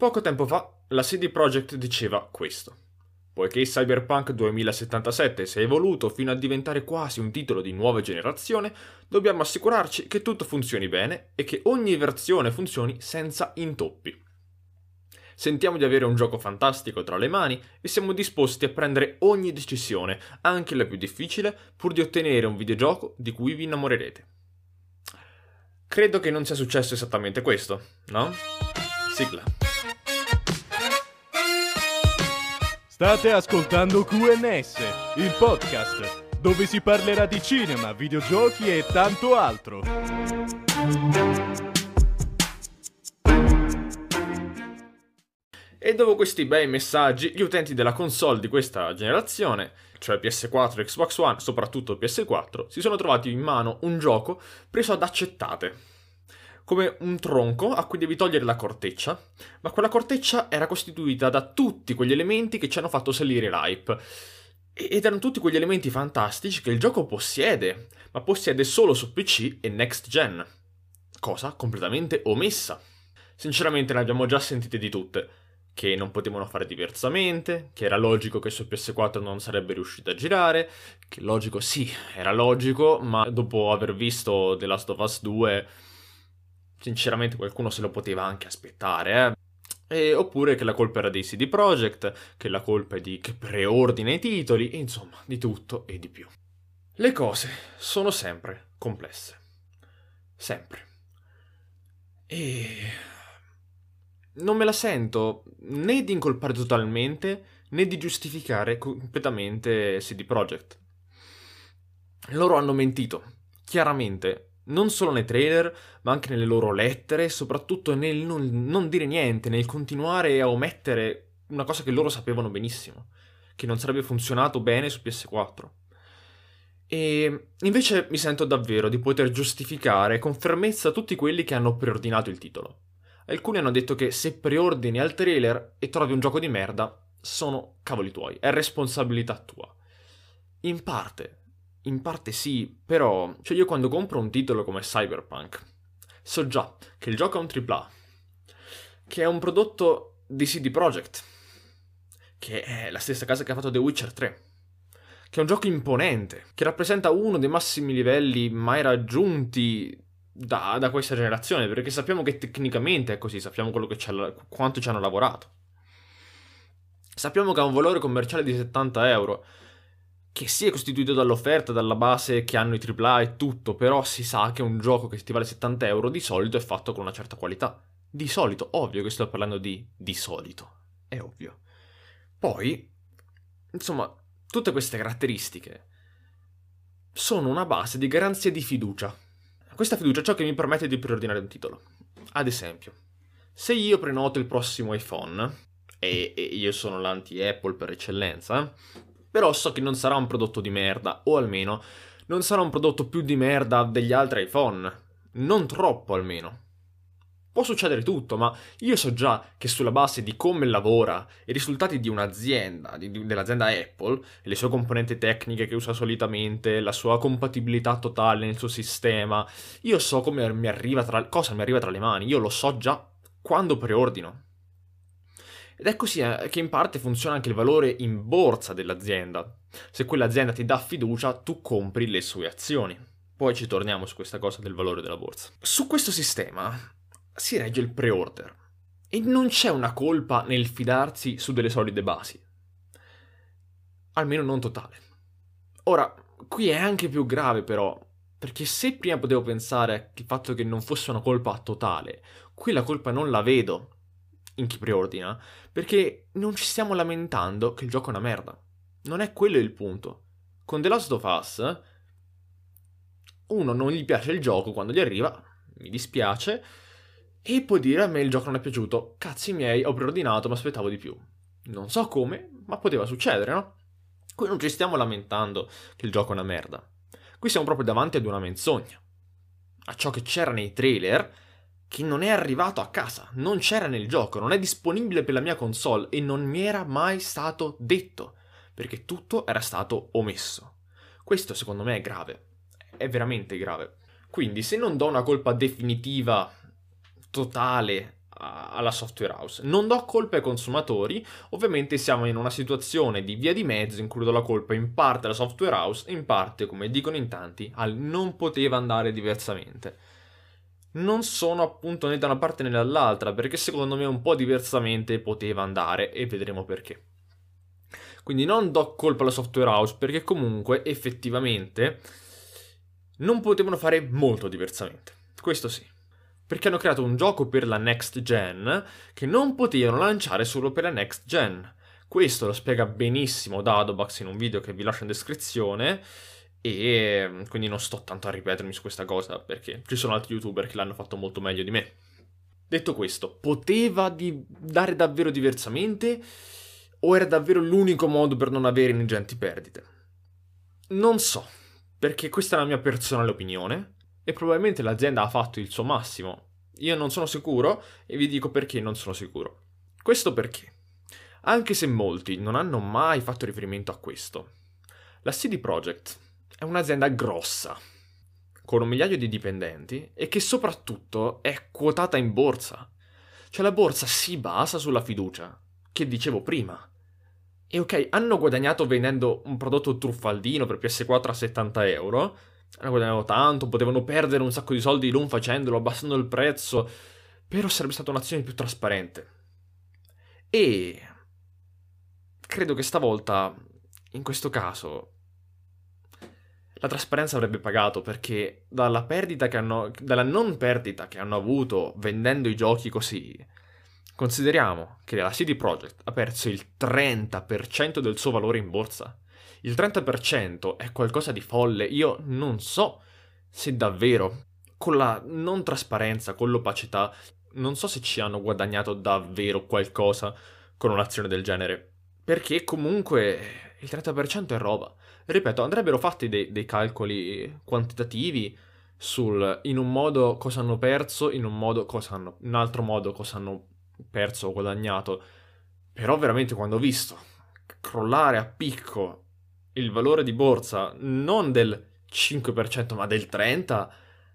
Poco tempo fa la CD Projekt diceva questo. Poiché Cyberpunk 2077 si è evoluto fino a diventare quasi un titolo di nuova generazione, dobbiamo assicurarci che tutto funzioni bene e che ogni versione funzioni senza intoppi. Sentiamo di avere un gioco fantastico tra le mani e siamo disposti a prendere ogni decisione, anche la più difficile, pur di ottenere un videogioco di cui vi innamorerete. Credo che non sia successo esattamente questo, no? Sigla. State ascoltando QNS, il podcast, dove si parlerà di cinema, videogiochi e tanto altro. E dopo questi bei messaggi, gli utenti della console di questa generazione, cioè PS4 e Xbox One, soprattutto PS4, si sono trovati in mano un gioco preso ad accettate, come un tronco a cui devi togliere la corteccia, ma quella corteccia era costituita da tutti quegli elementi che ci hanno fatto salire l'hype. Ed erano tutti quegli elementi fantastici che il gioco possiede, ma possiede solo su PC e next gen, cosa completamente omessa. Sinceramente ne abbiamo già sentite di tutte, che non potevano fare diversamente, che era logico che su PS4 non sarebbe riuscito a girare, che logico sì, era logico, ma dopo aver visto The Last of Us 2, sinceramente qualcuno se lo poteva anche aspettare, oppure che la colpa era dei CD Projekt, che la colpa è di chi preordina i titoli, e insomma, di tutto e di più. Le cose sono sempre complesse. Sempre. E non me la sento né di incolpare totalmente né di giustificare completamente CD Projekt. Loro hanno mentito, chiaramente, non solo nei trailer, ma anche nelle loro lettere, e soprattutto nel non dire niente, nel continuare a omettere una cosa che loro sapevano benissimo, che non sarebbe funzionato bene su PS4. E invece mi sento davvero di poter giustificare con fermezza tutti quelli che hanno preordinato il titolo. Alcuni hanno detto che se preordini al trailer e trovi un gioco di merda, sono cavoli tuoi, è responsabilità tua. In parte sì, però, cioè io quando compro un titolo come Cyberpunk, so già che il gioco è un AAA, che è un prodotto di CD Projekt, che è la stessa casa che ha fatto The Witcher 3, che è un gioco imponente, che rappresenta uno dei massimi livelli mai raggiunti da questa generazione, perché sappiamo che tecnicamente è così, sappiamo quanto ci hanno lavorato. Sappiamo che ha un valore commerciale di 70 euro, che sì è costituito dall'offerta, dalla base che hanno i AAA e tutto, però si sa che un gioco che ti vale 70 euro di solito è fatto con una certa qualità. Di solito, ovvio che sto parlando di solito, è ovvio. Poi, insomma, tutte queste caratteristiche sono una base di garanzia di fiducia. Questa fiducia è ciò che mi permette di preordinare un titolo. Ad esempio, se io prenoto il prossimo iPhone, e io sono l'anti-Apple per eccellenza, però so che non sarà un prodotto di merda, o almeno non sarà un prodotto più di merda degli altri iPhone. Non troppo almeno. Può succedere tutto, ma io so già che sulla base di come lavora e i risultati di un'azienda, dell'azienda Apple, e le sue componenti tecniche che usa solitamente, la sua compatibilità totale nel suo sistema, io so cosa mi arriva tra le mani, io lo so già quando preordino. Ed è così che in parte funziona anche il valore in borsa dell'azienda. Se quell'azienda ti dà fiducia, tu compri le sue azioni. Poi ci torniamo su questa cosa del valore della borsa. Su questo sistema si regge il pre-order. E non c'è una colpa nel fidarsi su delle solide basi. Almeno non totale. Ora, qui è anche più grave però, perché se prima potevo pensare al fatto che non fosse una colpa totale, qui la colpa non la vedo in chi preordina, perché non ci stiamo lamentando che il gioco è una merda. Non è quello il punto. Con The Last of Us, uno non gli piace il gioco quando gli arriva, mi dispiace, e può dire a me il gioco non è piaciuto, cazzi miei, ho preordinato, mi aspettavo di più. Non so come, ma poteva succedere, no? Qui non ci stiamo lamentando che il gioco è una merda. Qui siamo proprio davanti ad una menzogna. A ciò che c'era nei trailer, che non è arrivato a casa, non c'era nel gioco, non è disponibile per la mia console e non mi era mai stato detto, perché tutto era stato omesso. Questo secondo me è grave, è veramente grave. Quindi se non do una colpa definitiva, totale alla software house. Non do colpe ai consumatori, ovviamente siamo in una situazione di via di mezzo in cui do la colpa in parte alla software house, in parte, come dicono in tanti, al non poteva andare diversamente. Non sono appunto né da una parte né dall'altra, perché secondo me un po' diversamente poteva andare, e vedremo perché. Quindi non do colpa alla software house, perché comunque effettivamente non potevano fare molto diversamente. Questo sì. Perché hanno creato un gioco per la next gen che non potevano lanciare solo per la next gen. Questo lo spiega benissimo Dadobax in un video che vi lascio in descrizione, e quindi non sto tanto a ripetermi su questa cosa perché ci sono altri youtuber che l'hanno fatto molto meglio di me. Detto questo, poteva dare davvero diversamente o era davvero l'unico modo per non avere ingenti perdite? Non so, perché questa è la mia personale opinione e probabilmente l'azienda ha fatto il suo massimo. Io non sono sicuro e vi dico perché non sono sicuro. Questo perché, anche se molti non hanno mai fatto riferimento a questo, la CD Projekt è un'azienda grossa, con 1 migliaio di dipendenti e che soprattutto è quotata in borsa. Cioè la borsa si basa sulla fiducia, che dicevo prima. E ok, hanno guadagnato vendendo un prodotto truffaldino per PS4 a 70 euro, hanno guadagnato tanto, potevano perdere un sacco di soldi non facendolo, abbassando il prezzo, però sarebbe stata un'azione più trasparente. E credo che stavolta, in questo caso, la trasparenza avrebbe pagato, perché dalla non perdita che hanno avuto vendendo i giochi così, consideriamo che la CD Projekt ha perso il 30% del suo valore in borsa. Il 30% è qualcosa di folle. Io non so se davvero, con la non trasparenza, con l'opacità, non so se ci hanno guadagnato davvero qualcosa con un'azione del genere. Perché comunque il 30% è roba. Ripeto, andrebbero fatti dei calcoli quantitativi in un modo cosa hanno perso, in un altro modo cosa hanno perso o guadagnato. Però veramente quando ho visto crollare a picco il valore di borsa non del 5% ma del 30%,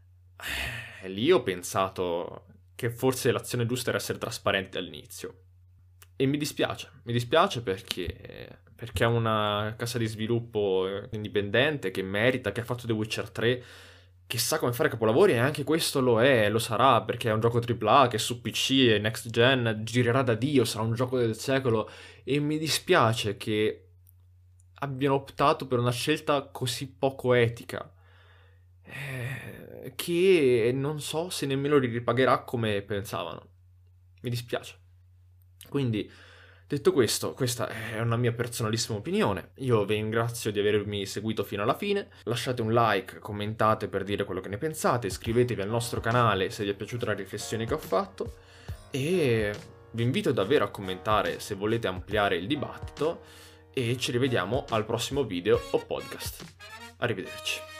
lì ho pensato che forse l'azione giusta era essere trasparenti all'inizio. E mi dispiace perché è una casa di sviluppo indipendente che merita, che ha fatto The Witcher 3, che sa come fare capolavori, e anche questo lo sarà, perché è un gioco AAA che su PC e next gen girerà da Dio, sarà un gioco del secolo, e mi dispiace che abbiano optato per una scelta così poco etica, che non so se nemmeno li ripagherà come pensavano. Mi dispiace. Quindi, detto questo, questa è una mia personalissima opinione. Io vi ringrazio di avermi seguito fino alla fine. Lasciate un like, commentate per dire quello che ne pensate, iscrivetevi al nostro canale se vi è piaciuta la riflessione che ho fatto, e vi invito davvero a commentare se volete ampliare il dibattito, e ci rivediamo al prossimo video o podcast. Arrivederci.